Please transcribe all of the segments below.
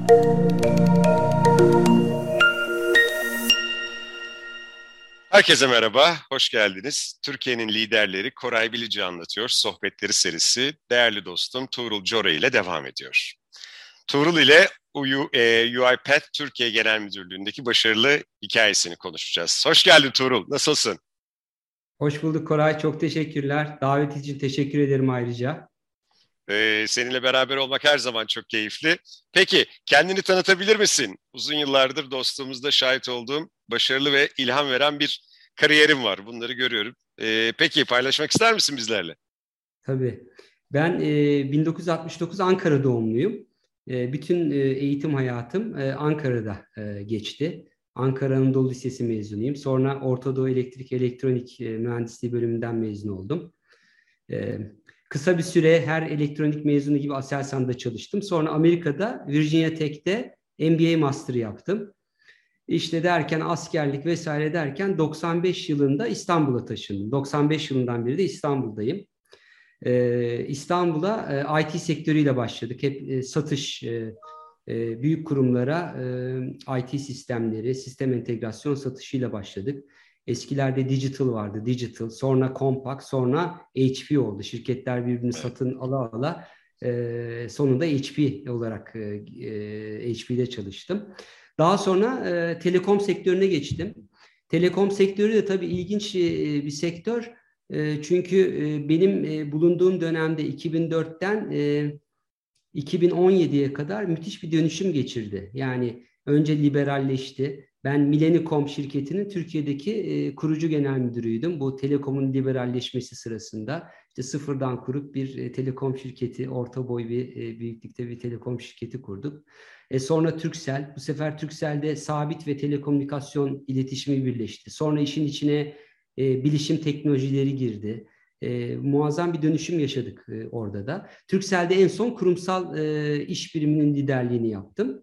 Herkese merhaba, hoş geldiniz. Türkiye'nin liderleri Koray Bilici anlatıyor. Sohbetleri serisi değerli dostum TuğrulCore ile devam ediyor. Tuğrul ile UiPath Türkiye Genel Müdürlüğü'ndeki başarılı hikayesini konuşacağız. Hoş geldin Tuğrul, nasılsın? Hoş bulduk Koray. Çok teşekkürler. Davet için teşekkür ederim ayrıca. Seninle beraber olmak her zaman çok keyifli. Peki, kendini tanıtabilir misin? Uzun yıllardır dostluğumuzda şahit olduğum başarılı ve ilham veren bir kariyerim var. Bunları görüyorum. Peki, paylaşmak ister misin bizlerle? Tabii. Ben 1969 Ankara doğumluyum. Bütün eğitim hayatım Ankara'da geçti. Ankara Anadolu Lisesi mezunuyum. Sonra Orta Doğu Elektrik Elektronik Mühendisliği bölümünden mezun oldum. E, Kısa bir süre her elektronik mezunu gibi Aselsan'da çalıştım. Sonra Amerika'da Virginia Tech'te MBA Master yaptım. İşte derken askerlik vesaire derken 95 yılında İstanbul'a taşındım. 95 yılından beri de İstanbul'dayım. İstanbul'a IT sektörüyle başladık. Hep satış, büyük kurumlara IT sistemleri, sistem entegrasyon satışıyla başladık. Eskilerde Digital vardı, Digital, sonra Compaq, sonra HP oldu. Şirketler birbirini Evet. satın ala sonunda HP olarak HP'de çalıştım. Daha sonra telekom sektörüne geçtim. Telekom sektörü de tabii ilginç bir sektör. Çünkü benim bulunduğum dönemde 2004'ten 2017'ye kadar müthiş bir dönüşüm geçirdi. Yani önce liberalleşti. Ben Millennium şirketinin Türkiye'deki kurucu genel müdürüydüm. Bu telekomun liberalleşmesi sırasında işte sıfırdan kurup bir telekom şirketi, orta boy bir büyüklükte bir telekom şirketi kurduk. Sonra Turkcell, bu sefer Turkcell'de sabit ve telekomünikasyon iletişimi birleşti. Sonra işin içine bilişim teknolojileri girdi. Muazzam bir dönüşüm yaşadık orada da. Turkcell'de en son kurumsal iş biriminin liderliğini yaptım.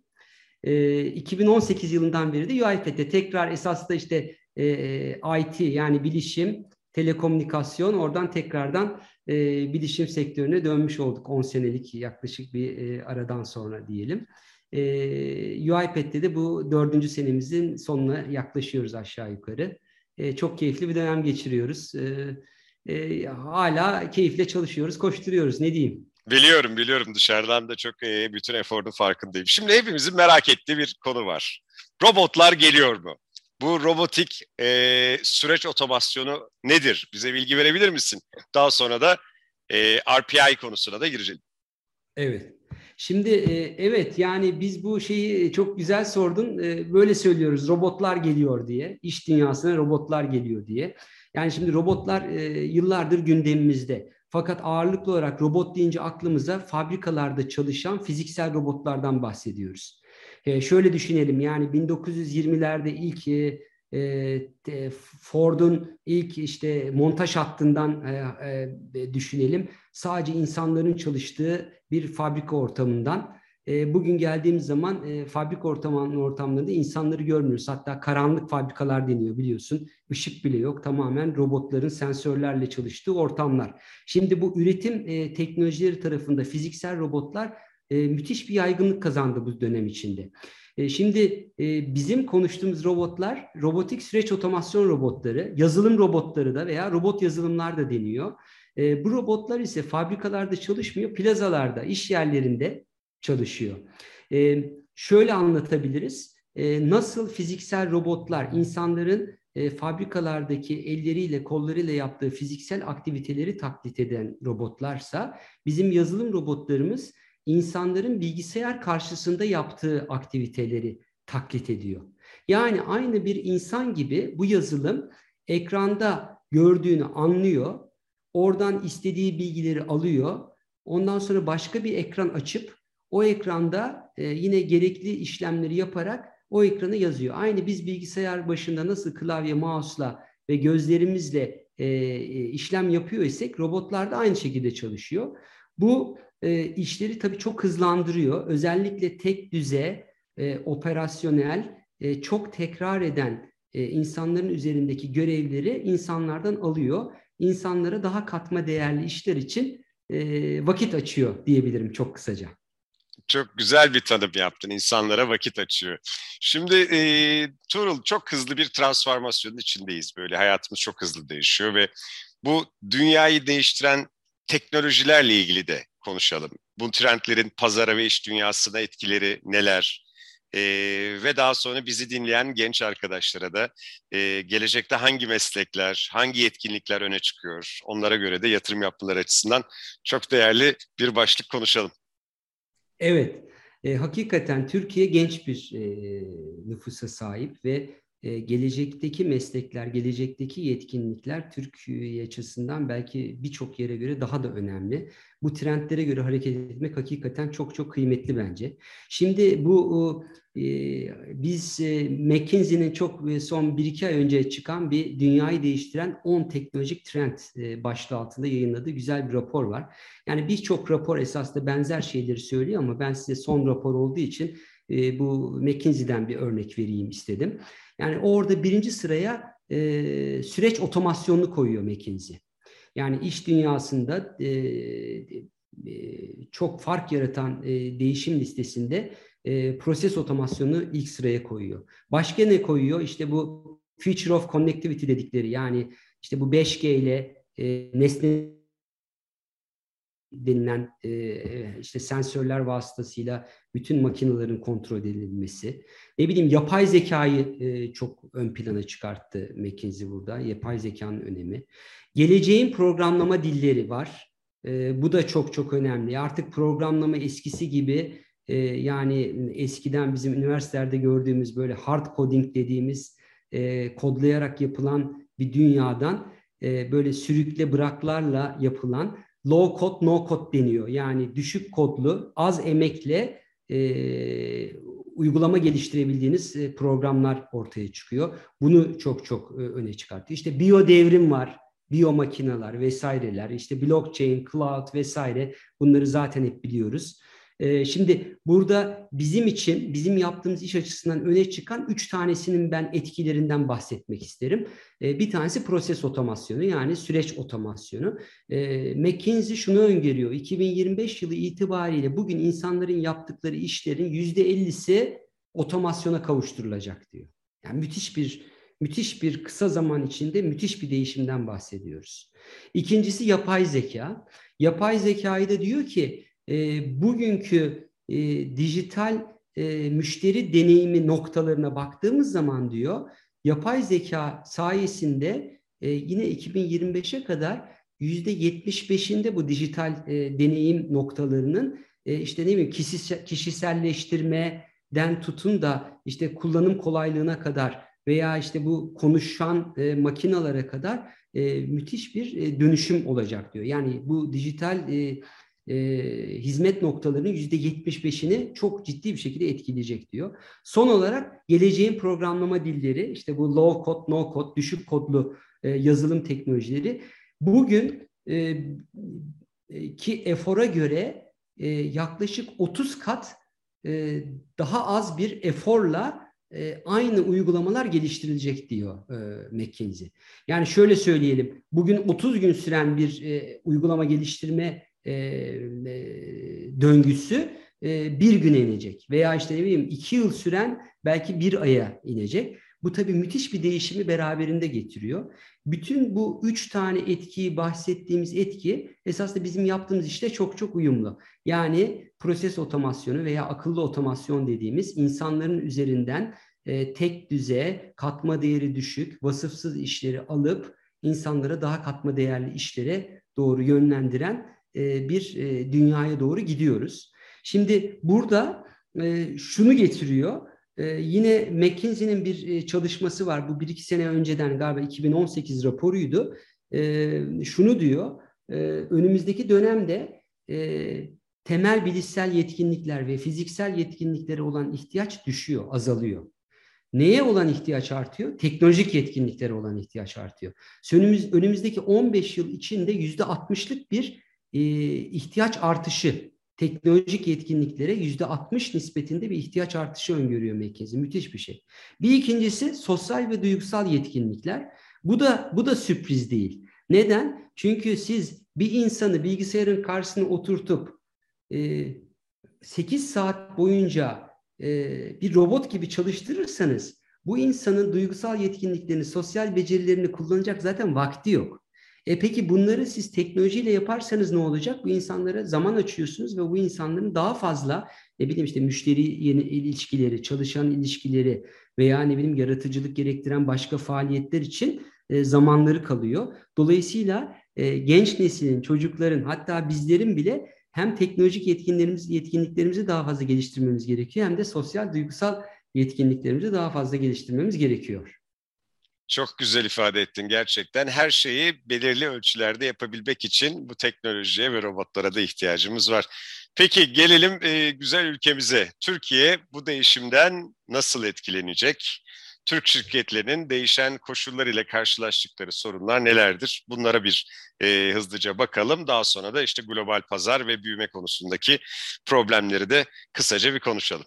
2018 yılından beri de UiPath'te tekrar esas da işte IT yani bilişim, telekomünikasyon oradan tekrardan bilişim sektörüne dönmüş olduk 10 senelik yaklaşık bir aradan sonra diyelim. UiPath'te de bu 4. senemizin sonuna yaklaşıyoruz aşağı yukarı. Çok keyifli bir dönem geçiriyoruz. Hala keyifle çalışıyoruz, koşturuyoruz. Ne diyeyim? Biliyorum dışarıdan da çok bütün eforun farkındayım. Şimdi hepimizin merak ettiği bir konu var. Robotlar geliyor mu? Bu robotik süreç otomasyonu nedir? Bize bilgi verebilir misin? Daha sonra da RPI konusuna da gireceğim. Evet. Şimdi evet yani biz bu şeyi çok güzel sordun. Böyle söylüyoruz robotlar geliyor diye. İş dünyasına robotlar geliyor diye. Yani şimdi robotlar yıllardır gündemimizde. Fakat ağırlıklı olarak robot deyince aklımıza fabrikalarda çalışan fiziksel robotlardan bahsediyoruz. Şöyle düşünelim yani 1920'lerde ilk Ford'un ilk işte montaj hattından düşünelim. Sadece insanların çalıştığı bir fabrika ortamından. Bugün geldiğimiz zaman fabrika ortamlarında insanları görmüyoruz. Hatta karanlık fabrikalar deniyor biliyorsun. Işık bile yok. Tamamen robotların sensörlerle çalıştığı ortamlar. Şimdi bu üretim teknolojileri tarafında fiziksel robotlar müthiş bir yaygınlık kazandı bu dönem içinde. Şimdi bizim konuştuğumuz robotlar robotik süreç otomasyon robotları, yazılım robotları da veya robot yazılımlar da deniyor. Bu robotlar ise fabrikalarda çalışmıyor, plazalarda, iş yerlerinde çalışıyor. Şöyle anlatabiliriz. Nasıl fiziksel robotlar insanların fabrikalardaki elleriyle, kollarıyla yaptığı fiziksel aktiviteleri taklit eden robotlarsa bizim yazılım robotlarımız insanların bilgisayar karşısında yaptığı aktiviteleri taklit ediyor. Yani aynı bir insan gibi bu yazılım ekranda gördüğünü anlıyor, oradan istediği bilgileri alıyor, ondan sonra başka bir ekran açıp o ekranda yine gerekli işlemleri yaparak o ekrana yazıyor. Aynı biz bilgisayar başında nasıl klavye, mouse'la ve gözlerimizle işlem yapıyor isek robotlar da aynı şekilde çalışıyor. Bu işleri tabii çok hızlandırıyor. Özellikle tek düze, operasyonel, çok tekrar eden insanların üzerindeki görevleri insanlardan alıyor. İnsanlara daha katma değerli işler için vakit açıyor diyebilirim çok kısaca. Çok güzel bir tanım yaptın. İnsanlara vakit açıyor. Şimdi Tuğrul, çok hızlı bir transformasyonun içindeyiz. Böyle hayatımız çok hızlı değişiyor ve bu dünyayı değiştiren teknolojilerle ilgili de konuşalım. Bu trendlerin pazara ve iş dünyasına etkileri neler? Ve daha sonra bizi dinleyen genç arkadaşlara da gelecekte hangi meslekler, hangi yetkinlikler öne çıkıyor? Onlara göre de yatırım yapmaları açısından çok değerli bir başlık konuşalım. Evet, hakikaten Türkiye genç bir nüfusa sahip ve gelecekteki meslekler, gelecekteki yetkinlikler Türkiye açısından belki birçok yere göre daha da önemli. Bu trendlere göre hareket etmek hakikaten çok çok kıymetli bence. Şimdi bu biz McKinsey'nin çok son 1-2 ay önce çıkan bir dünyayı değiştiren 10 teknolojik trend başlığı altında yayınladığı güzel bir rapor var. Yani birçok rapor esasında benzer şeyleri söylüyor ama ben size son rapor olduğu için bu McKinsey'den bir örnek vereyim istedim. Yani orada birinci sıraya süreç otomasyonunu koyuyor McKinsey. Yani iş dünyasında çok fark yaratan değişim listesinde proses otomasyonu ilk sıraya koyuyor. Başka ne koyuyor? İşte bu Future of Connectivity dedikleri, yani işte bu 5G ile nesne denilen işte sensörler vasıtasıyla bütün makinelerin kontrol edilmesi. Ne bileyim, yapay zekayı çok ön plana çıkarttı McKinsey burada. Yapay zekanın önemi. Geleceğin programlama dilleri var. Bu da çok çok önemli. Artık programlama eskisi gibi yani eskiden bizim üniversitelerde gördüğümüz böyle hard coding dediğimiz kodlayarak yapılan bir dünyadan böyle sürükle bıraklarla yapılan low code, no code deniyor. Yani düşük kodlu, az emekle uygulama geliştirebildiğiniz programlar ortaya çıkıyor. Bunu çok çok öne çıkartıyor. İşte biyo devrim var, biyo makineler vesaireler, işte blockchain, cloud vesaire, bunları zaten hep biliyoruz. Şimdi burada bizim için, bizim yaptığımız iş açısından öne çıkan 3 tanesinin ben etkilerinden bahsetmek isterim. Bir tanesi proses otomasyonu, yani süreç otomasyonu. McKinsey şunu öngörüyor: 2025 yılı itibariyle bugün insanların yaptıkları işlerin %50'si otomasyona kavuşturulacak diyor. Yani müthiş bir kısa zaman içinde müthiş bir değişimden bahsediyoruz. İkincisi yapay zeka. Yapay zekayı da diyor ki bugünkü dijital müşteri deneyimi noktalarına baktığımız zaman diyor, yapay zeka sayesinde yine 2025'e kadar %75'inde bu dijital deneyim noktalarının işte ne bileyim kişiselleştirmeden tutun da işte kullanım kolaylığına kadar veya işte bu konuşan makinalara kadar müthiş bir dönüşüm olacak diyor. Yani bu dijital hizmet noktalarının %75'ini çok ciddi bir şekilde etkileyecek diyor. Son olarak geleceğin programlama dilleri, işte bu low code, no code, düşük kodlu yazılım teknolojileri bugün ki efora göre yaklaşık 30 kat daha az bir eforla aynı uygulamalar geliştirilecek diyor McKinsey. Yani şöyle söyleyelim, bugün 30 gün süren bir uygulama geliştirme döngüsü bir güne inecek. Veya işte ne bileyim 2 yıl süren belki bir aya inecek. Bu tabii müthiş bir değişimi beraberinde getiriyor. Bütün bu 3 tane etkiyi, bahsettiğimiz etki esasında bizim yaptığımız işte çok çok uyumlu. Yani proses otomasyonu veya akıllı otomasyon dediğimiz, insanların üzerinden tek düze, katma değeri düşük, vasıfsız işleri alıp insanlara daha katma değerli işlere doğru yönlendiren bir dünyaya doğru gidiyoruz. Şimdi burada şunu getiriyor. Yine McKinsey'nin bir çalışması var. Bu 1-2 sene önceden, galiba 2018 raporuydu. Şunu diyor: önümüzdeki dönemde temel bilişsel yetkinlikler ve fiziksel yetkinliklere olan ihtiyaç düşüyor, azalıyor. Neye olan ihtiyaç artıyor? Teknolojik yetkinliklere olan ihtiyaç artıyor. Önümüzdeki 15 yıl içinde %60'lık bir ihtiyaç artışı, teknolojik yetkinliklere %60 nispetinde bir ihtiyaç artışı öngörüyor McKinsey. Müthiş bir şey. Bir ikincisi sosyal ve duygusal yetkinlikler. Bu da sürpriz değil. Neden? Çünkü siz bir insanı bilgisayarın karşısına oturtup 8 saat boyunca bir robot gibi çalıştırırsanız bu insanın duygusal yetkinliklerini, sosyal becerilerini kullanacak zaten vakti yok. Peki bunları siz teknolojiyle yaparsanız ne olacak? Bu insanlara zaman açıyorsunuz ve bu insanların daha fazla ne bileyim işte müşteri yeni ilişkileri, çalışan ilişkileri veya ne bileyim yaratıcılık gerektiren başka faaliyetler için zamanları kalıyor. Dolayısıyla genç neslin, çocukların hatta bizlerin bile hem teknolojik yetkinliklerimizi daha fazla geliştirmemiz gerekiyor hem de sosyal, duygusal yetkinliklerimizi daha fazla geliştirmemiz gerekiyor. Çok güzel ifade ettin gerçekten. Her şeyi belirli ölçülerde yapabilmek için bu teknolojiye ve robotlara da ihtiyacımız var. Peki gelelim güzel ülkemize. Türkiye bu değişimden nasıl etkilenecek? Türk şirketlerinin değişen koşullar ile karşılaştıkları sorunlar nelerdir? Bunlara bir hızlıca bakalım. Daha sonra da işte global pazar ve büyüme konusundaki problemleri de kısaca bir konuşalım.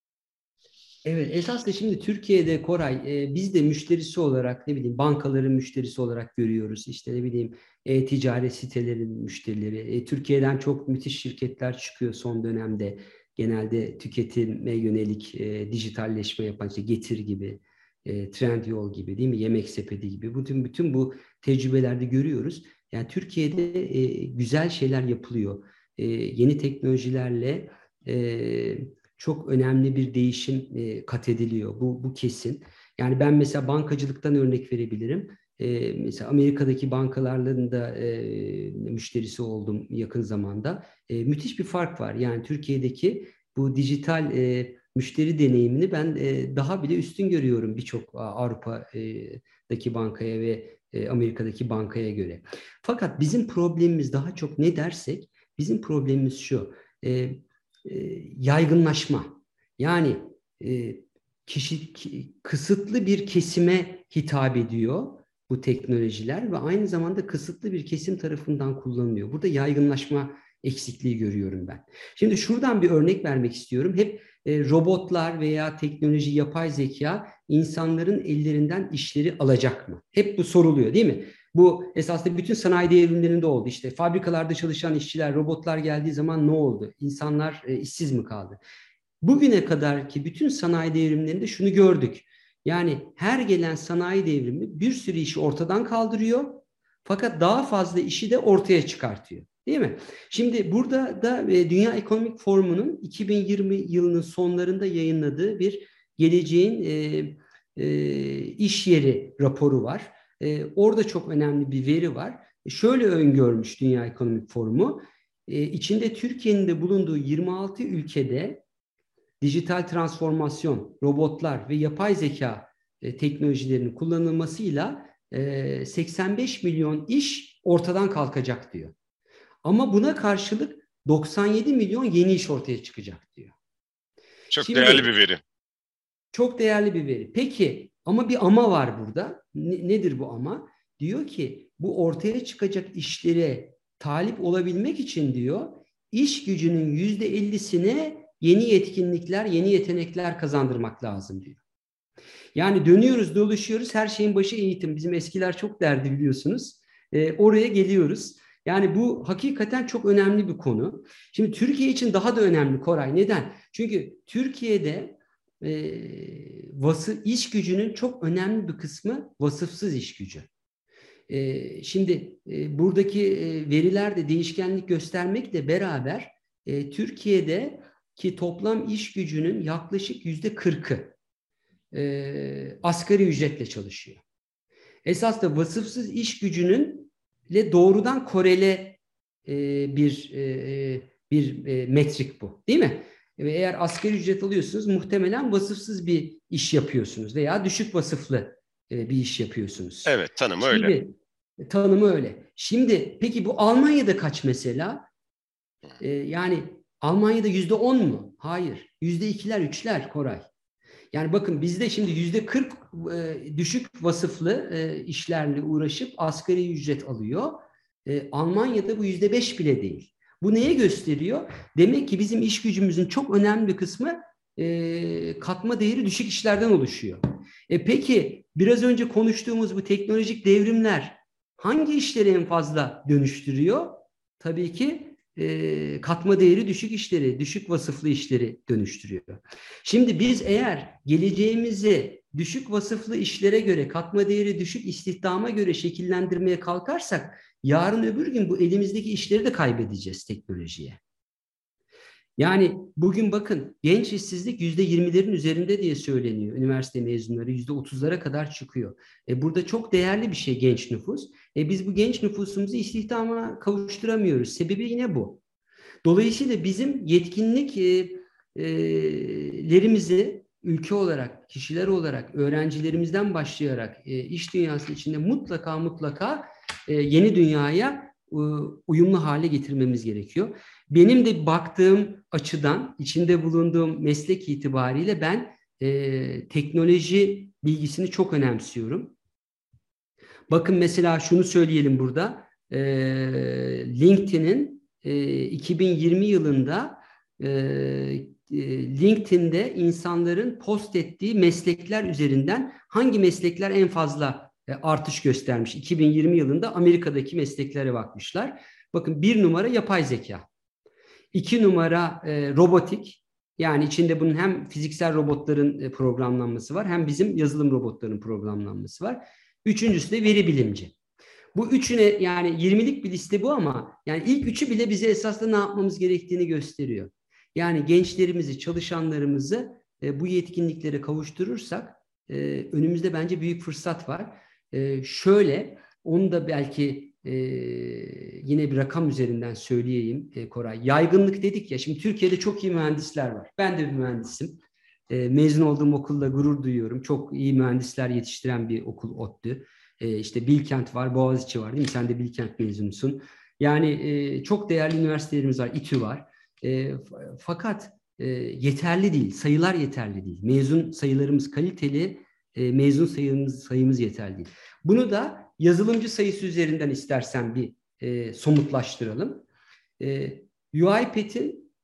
Evet, esasında şimdi Türkiye'de Koray, biz de müşterisi olarak ne bileyim bankaların müşterisi olarak görüyoruz. İşte ne bileyim ticaret sitelerinin müşterileri. Türkiye'den çok müthiş şirketler çıkıyor son dönemde. Genelde tüketime yönelik dijitalleşme yapan işte Getir gibi, Trendyol gibi değil mi? Yemek Sepeti gibi. Bütün bu tecrübelerde görüyoruz. Yani Türkiye'de güzel şeyler yapılıyor. Yeni teknolojilerle çok önemli bir değişim kat ediliyor. Bu kesin. Yani ben mesela bankacılıktan örnek verebilirim. Mesela Amerika'daki bankaların da müşterisi oldum yakın zamanda. Müthiş bir fark var. Yani Türkiye'deki bu dijital müşteri deneyimini ben daha bile üstün görüyorum birçok Avrupa'daki bankaya ve Amerika'daki bankaya göre. Fakat bizim problemimiz daha çok ne dersek, bizim problemimiz şu. Yaygınlaşma. Yani e, kısıtlı bir kesime hitap ediyor bu teknolojiler ve aynı zamanda kısıtlı bir kesim tarafından kullanılıyor. Burada yaygınlaşma eksikliği görüyorum ben. Şimdi şuradan bir örnek vermek istiyorum. Hep robotlar veya teknoloji, yapay zeka insanların ellerinden işleri alacak mı? Hep bu soruluyor, değil mi? Bu esasında bütün sanayi devrimlerinde oldu. İşte fabrikalarda çalışan işçiler, robotlar geldiği zaman ne oldu? İnsanlar işsiz mi kaldı? Bugüne kadar ki bütün sanayi devrimlerinde şunu gördük. Yani her gelen sanayi devrimi bir sürü işi ortadan kaldırıyor. Fakat daha fazla işi de ortaya çıkartıyor. Değil mi? Şimdi burada da Dünya Ekonomik Forumu'nun 2020 yılının sonlarında yayınladığı bir geleceğin iş yeri raporu var. Orada çok önemli bir veri var. Şöyle öngörmüş Dünya Ekonomik Forumu. İçinde Türkiye'nin de bulunduğu 26 ülkede dijital transformasyon, robotlar ve yapay zeka teknolojilerinin kullanılmasıyla 85 milyon iş ortadan kalkacak diyor. Ama buna karşılık 97 milyon yeni iş ortaya çıkacak diyor. Çok değerli Şimdi bir veri. çok değerli bir veri. Peki ama bir ama var burada. Nedir bu ama? Diyor ki bu ortaya çıkacak işlere talip olabilmek için diyor iş gücünün %50'sine yeni yetkinlikler, yeni yetenekler kazandırmak lazım diyor. Yani dönüyoruz, dolaşıyoruz. Her şeyin başı eğitim. Bizim eskiler çok derdi biliyorsunuz. Oraya geliyoruz. Yani bu hakikaten çok önemli bir konu. Şimdi Türkiye için daha da önemli Koray. Neden? Çünkü Türkiye'de iş gücünün çok önemli bir kısmı vasıfsız iş gücü. Şimdi buradaki veriler de değişkenlik göstermekle beraber Türkiye'deki toplam iş gücünün yaklaşık %40'ı asgari ücretle çalışıyor. Esas da vasıfsız iş gücünün doğrudan korele bir metrik bu, değil mi? Ve eğer asgari ücret alıyorsunuz muhtemelen vasıfsız bir iş yapıyorsunuz veya düşük vasıflı bir iş yapıyorsunuz. Evet, tanımı öyle. Şimdi tanımı öyle. Şimdi peki bu Almanya'da kaç mesela? Yani Almanya'da %10 mu? Hayır. %2'ler, 3'ler Koray. Yani bakın bizde şimdi %40 düşük vasıflı işlerle uğraşıp asgari ücret alıyor. Almanya'da bu %5 bile değil. Bu neye gösteriyor? Demek ki bizim iş gücümüzün çok önemli bir kısmı katma değeri düşük işlerden oluşuyor. Peki biraz önce konuştuğumuz bu teknolojik devrimler hangi işleri en fazla dönüştürüyor? Tabii ki katma değeri düşük işleri, düşük vasıflı işleri dönüştürüyor. Şimdi biz eğer geleceğimizi düşük vasıflı işlere göre, katma değeri düşük istihdama göre şekillendirmeye kalkarsak, yarın öbür gün bu elimizdeki işleri de kaybedeceğiz teknolojiye. Yani bugün bakın, genç işsizlik %20'lerin üzerinde diye söyleniyor. Üniversite mezunları %30'lara kadar çıkıyor. Burada çok değerli bir şey genç nüfus. Biz bu genç nüfusumuzu istihdama kavuşturamıyoruz. Sebebi yine bu. Dolayısıyla bizim yetkinliklerimizi ülke olarak, kişiler olarak, öğrencilerimizden başlayarak iş dünyası içinde mutlaka yeni dünyaya uyumlu hale getirmemiz gerekiyor. Benim de baktığım açıdan, içinde bulunduğum meslek itibariyle ben teknoloji bilgisini çok önemsiyorum. Bakın mesela şunu söyleyelim burada. LinkedIn'in 2020 yılında LinkedIn'de insanların post ettiği meslekler üzerinden hangi meslekler en fazla artış göstermiş? 2020 yılında Amerika'daki mesleklere bakmışlar. Bakın 1 numara yapay zeka. 2 numara robotik. Yani içinde bunun hem fiziksel robotların programlanması var, hem bizim yazılım robotlarının programlanması var. Üçüncüsü de veri bilimci. Bu üçüne, yani 20'lik bir liste bu, ama yani ilk üçü bile bize esasında ne yapmamız gerektiğini gösteriyor. Yani gençlerimizi, çalışanlarımızı bu yetkinliklere kavuşturursak önümüzde bence büyük fırsat var. Şöyle, onu da belki yine bir rakam üzerinden söyleyeyim Koray. Yaygınlık dedik ya, şimdi Türkiye'de çok iyi mühendisler var. Ben de bir mühendisim. Mezun olduğum okulla gurur duyuyorum. Çok iyi mühendisler yetiştiren bir okul ODTÜ. İşte Bilkent var, Boğaziçi var, değil mi? Sen de Bilkent mezunusun. Yani çok değerli üniversitelerimiz var, İTÜ var. Fakat yeterli değil, sayılar yeterli değil. Mezun sayılarımız kaliteli, mezun sayımız yeterli değil. Bunu da yazılımcı sayısı üzerinden istersen bir somutlaştıralım. UiPath'in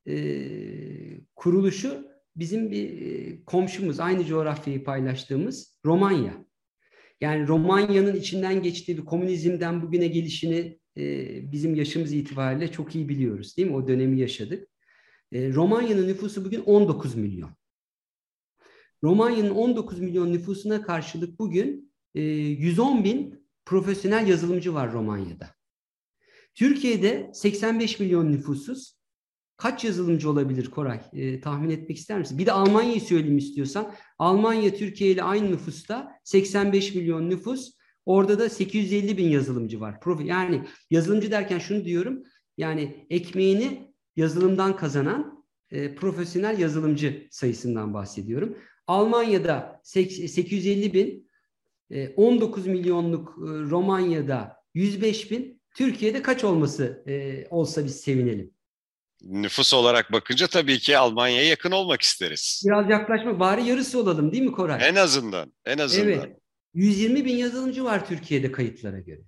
kuruluşu bizim bir komşumuz, aynı coğrafyayı paylaştığımız Romanya. Yani Romanya'nın içinden geçtiği bir komünizmden bugüne gelişini bizim yaşımız itibariyle çok iyi biliyoruz, değil mi? O dönemi yaşadık. Romanya'nın nüfusu bugün 19 milyon. Romanya'nın 19 milyon nüfusuna karşılık bugün 110 bin profesyonel yazılımcı var Romanya'da. Türkiye'de 85 milyon nüfusuz. Kaç yazılımcı olabilir Koray? Tahmin etmek ister misin? Bir de Almanya'yı söyleyeyim istiyorsan. Almanya Türkiye ile aynı nüfusta, 85 milyon nüfus. Orada da 850 bin yazılımcı var. Yani yazılımcı derken şunu diyorum. Yani ekmeğini yazılımdan kazanan profesyonel yazılımcı sayısından bahsediyorum. Almanya'da 850 bin, 19 milyonluk Romanya'da 105 bin. Türkiye'de kaç olsa biz sevinelim. Nüfus olarak bakınca tabii ki Almanya'ya yakın olmak isteriz. Biraz yaklaşma, bari yarısı olalım, değil mi Koray? En azından, en azından. Evet. 120 bin yazılımcı var Türkiye'de kayıtlara göre.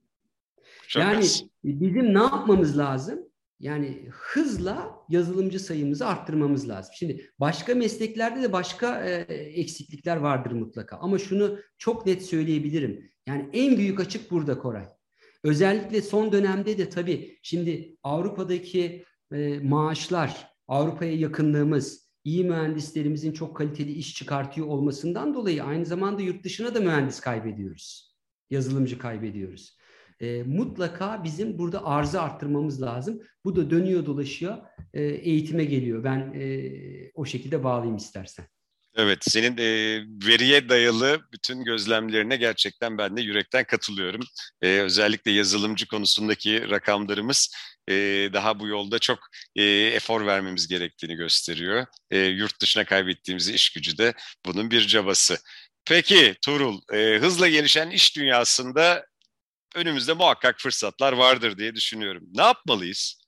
Çok Yani az. bizim ne yapmamız lazım? Yani hızla yazılımcı sayımızı arttırmamız lazım. Şimdi başka mesleklerde de başka eksiklikler vardır mutlaka. Ama şunu çok net söyleyebilirim. Yani en büyük açık burada Koray. Özellikle son dönemde de tabii şimdi Avrupa'daki maaşlar, Avrupa'ya yakınlığımız, iyi mühendislerimizin çok kaliteli iş çıkartıyor olmasından dolayı aynı zamanda yurt dışına da mühendis kaybediyoruz. Yazılımcı kaybediyoruz. Mutlaka bizim burada arzı arttırmamız lazım. Bu da dönüyor dolaşıyor, eğitime geliyor. Ben o şekilde bağlayayım istersen. Evet, senin veriye dayalı bütün gözlemlerine gerçekten ben de yürekten katılıyorum. Özellikle yazılımcı konusundaki rakamlarımız daha bu yolda çok efor vermemiz gerektiğini gösteriyor. Yurt dışına kaybettiğimiz iş gücü de bunun bir cabası. Peki Tuğrul, hızla gelişen iş dünyasında önümüzde muhakkak fırsatlar vardır diye düşünüyorum. Ne yapmalıyız?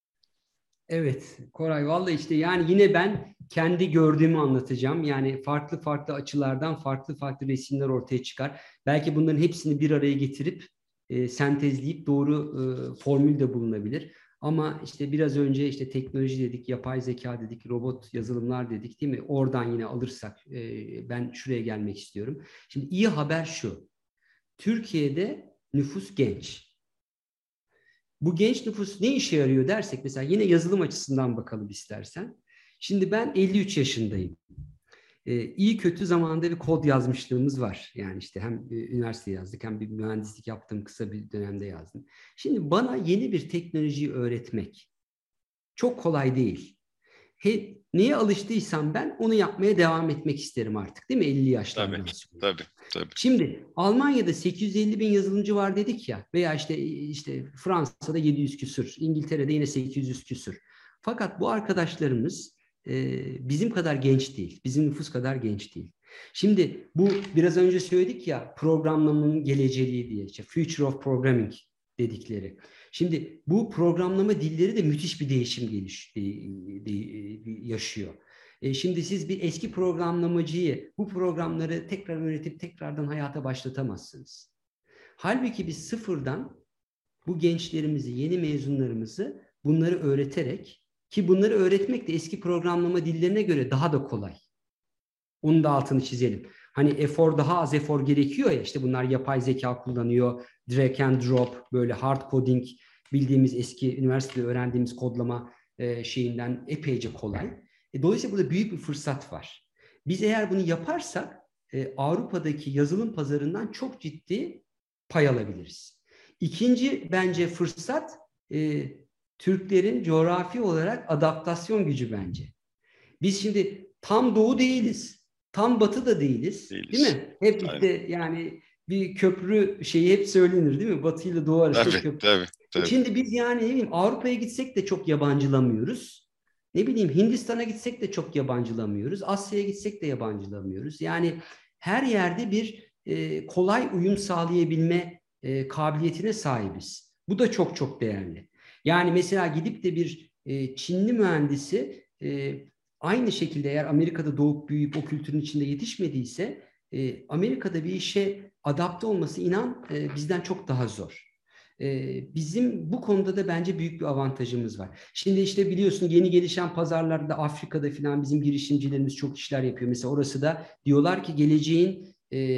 Evet Koray, vallahi işte yani yine ben kendi gördüğümü anlatacağım. Yani farklı farklı açılardan farklı resimler ortaya çıkar. Belki bunların hepsini bir araya getirip sentezleyip doğru formül de bulunabilir. Ama işte biraz önce işte teknoloji dedik, yapay zeka dedik, robot yazılımlar dedik, değil mi? Oradan yine alırsak ben şuraya gelmek istiyorum. Şimdi iyi haber şu. Türkiye'de nüfus genç. bu genç nüfus ne işe yarıyor dersek, mesela yine yazılım açısından bakalım istersen. Şimdi ben 53 yaşındayım. İyi kötü zamanda bir kod yazmışlığımız var. Yani işte hem üniversite yazdık hem bir mühendislik yaptığım kısa bir dönemde yazdım. Şimdi bana yeni bir teknolojiyi öğretmek çok kolay değil. Neye alıştıysam ben onu yapmaya devam etmek isterim artık, değil mi? 50 Tabii, yaşlardan sonra. tabii. Şimdi Almanya'da 850 bin yazılımcı var dedik ya, veya işte Fransa'da 700 küsür, İngiltere'de yine 800 küsür. Fakat bu arkadaşlarımız bizim kadar genç değil, bizim nüfus kadar genç değil. Şimdi bu biraz önce söyledik ya, programlamanın geleceği diye, işte Future of Programming dedikleri. Şimdi bu programlama dilleri de müthiş bir değişim yaşıyor. Şimdi siz bir eski programlamacıyı bu programları tekrar öğretip tekrardan hayata başlatamazsınız. Halbuki biz sıfırdan bu gençlerimizi, yeni mezunlarımızı bunları öğreterek, ki bunları öğretmek de eski programlama dillerine göre daha da kolay. Onun da altını çizelim. Hani daha az efor gerekiyor ya, işte bunlar yapay zeka kullanıyor, drag and drop, böyle hard coding, bildiğimiz eski üniversitede öğrendiğimiz kodlama şeyinden epeyce kolay. Dolayısıyla burada büyük bir fırsat var. Biz eğer bunu yaparsak Avrupa'daki yazılım pazarından çok ciddi pay alabiliriz. İkinci bence fırsat Türklerin coğrafi olarak adaptasyon gücü bence. Biz şimdi tam doğu değiliz, tam batı da değiliz, değil mi? Hep işte yani bir köprü şeyi hep söylenir, değil mi? Batı ile doğu arasında köprü. Tabii. Şimdi biz yani ne bileyim, Avrupa'ya gitsek de çok yabancılamıyoruz. Ne bileyim, Hindistan'a gitsek de çok yabancılamıyoruz. Asya'ya gitsek de yabancılamıyoruz. Yani her yerde bir kolay uyum sağlayabilme kabiliyetine sahibiz. Bu da çok çok değerli. Yani mesela gidip de bir Çinli mühendisi aynı şekilde, eğer Amerika'da doğup büyüyüp o kültürün içinde yetişmediyse, Amerika'da bir işe adapte olması, inan, bizden çok daha zor. Bizim bu konuda da bence büyük bir avantajımız var. Şimdi işte biliyorsun, yeni gelişen pazarlarda, Afrika'da falan bizim girişimcilerimiz çok işler yapıyor. Mesela orası da diyorlar ki geleceğin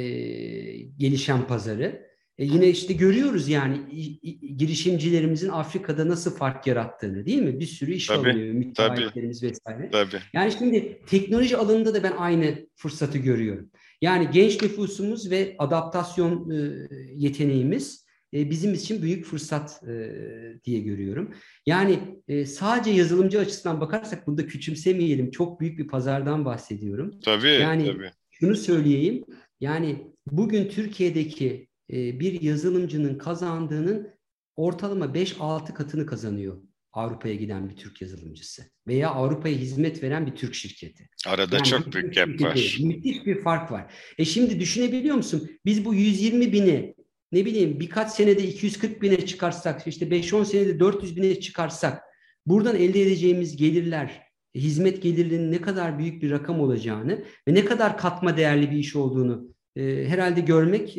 gelişen pazarı. Yine işte görüyoruz yani girişimcilerimizin Afrika'da nasıl fark yarattığını, değil mi? Bir sürü iş alınıyor, müteahhitlerimiz vesaire. Yani şimdi teknoloji alanında da ben aynı fırsatı görüyorum. Yani genç nüfusumuz ve adaptasyon yeteneğimiz bizim için büyük fırsat diye görüyorum. Yani sadece yazılımcı açısından bakarsak, bunu da küçümsemeyelim. Çok büyük bir pazardan bahsediyorum. Yani şunu söyleyeyim. Yani bugün Türkiye'deki bir yazılımcının kazandığının ortalama 5-6 katını kazanıyor Avrupa'ya giden bir Türk yazılımcısı veya Avrupa'ya hizmet veren bir Türk şirketi. Arada yani çok büyük gap var. Müthiş bir fark var. Şimdi düşünebiliyor musun? Biz bu 120 bini, ne bileyim, birkaç senede 240 bine çıkarsak, işte 5-10 senede 400 bine çıkarsak, buradan elde edeceğimiz gelirler, hizmet gelirlerinin ne kadar büyük bir rakam olacağını ve ne kadar katma değerli bir iş olduğunu herhalde görmek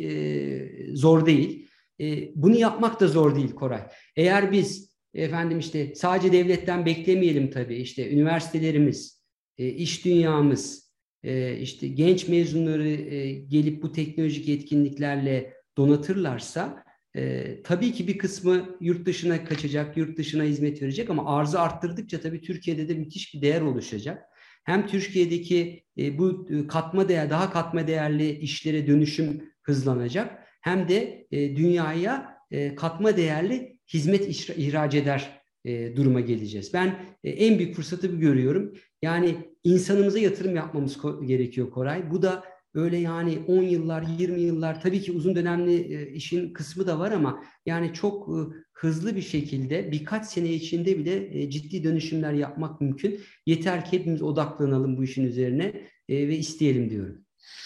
zor değil. Bunu yapmak da zor değil Koray. Eğer biz işte sadece devletten beklemeyelim tabii. İşte üniversitelerimiz, iş dünyamız, işte genç mezunları gelip bu teknolojik etkinliklerle donatırlarsa, tabii ki bir kısmı yurt dışına kaçacak, yurt dışına hizmet verecek, ama arzı arttırdıkça tabii Türkiye'de de müthiş bir değer oluşacak. Hem Türkiye'deki bu daha katma değerli işlere dönüşüm hızlanacak, hem de dünyaya katma değerli hizmet ihraç eder duruma geleceğiz. Ben en büyük fırsatı bu görüyorum. Yani insanımıza yatırım yapmamız gerekiyor Koray. Bu da öyle yani 10 yıllar, 20 yıllar, tabii ki uzun dönemli işin kısmı da var, ama yani çok hızlı bir şekilde birkaç sene içinde bile ciddi dönüşümler yapmak mümkün. Yeter ki hepimiz odaklanalım bu işin üzerine ve isteyelim diyorum.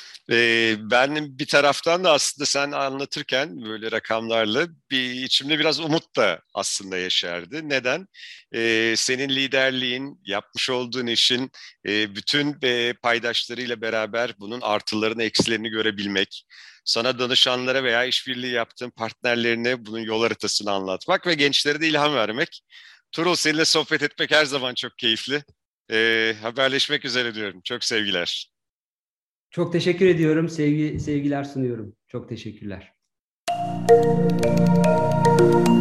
Ben bir taraftan da aslında sen anlatırken böyle rakamlarla içimde biraz umut da aslında yeşerdi. Neden? Senin liderliğin, yapmış olduğun işin bütün paydaşlarıyla beraber bunun artılarını, eksilerini görebilmek, sana danışanlara veya işbirliği yaptığın partnerlerine bunun yol haritasını anlatmak ve gençlere de ilham vermek. Tuğrul, seninle sohbet etmek her zaman çok keyifli. Haberleşmek üzere diyorum. Çok sevgiler. Çok teşekkür ediyorum. Sevgiler sunuyorum. Çok teşekkürler.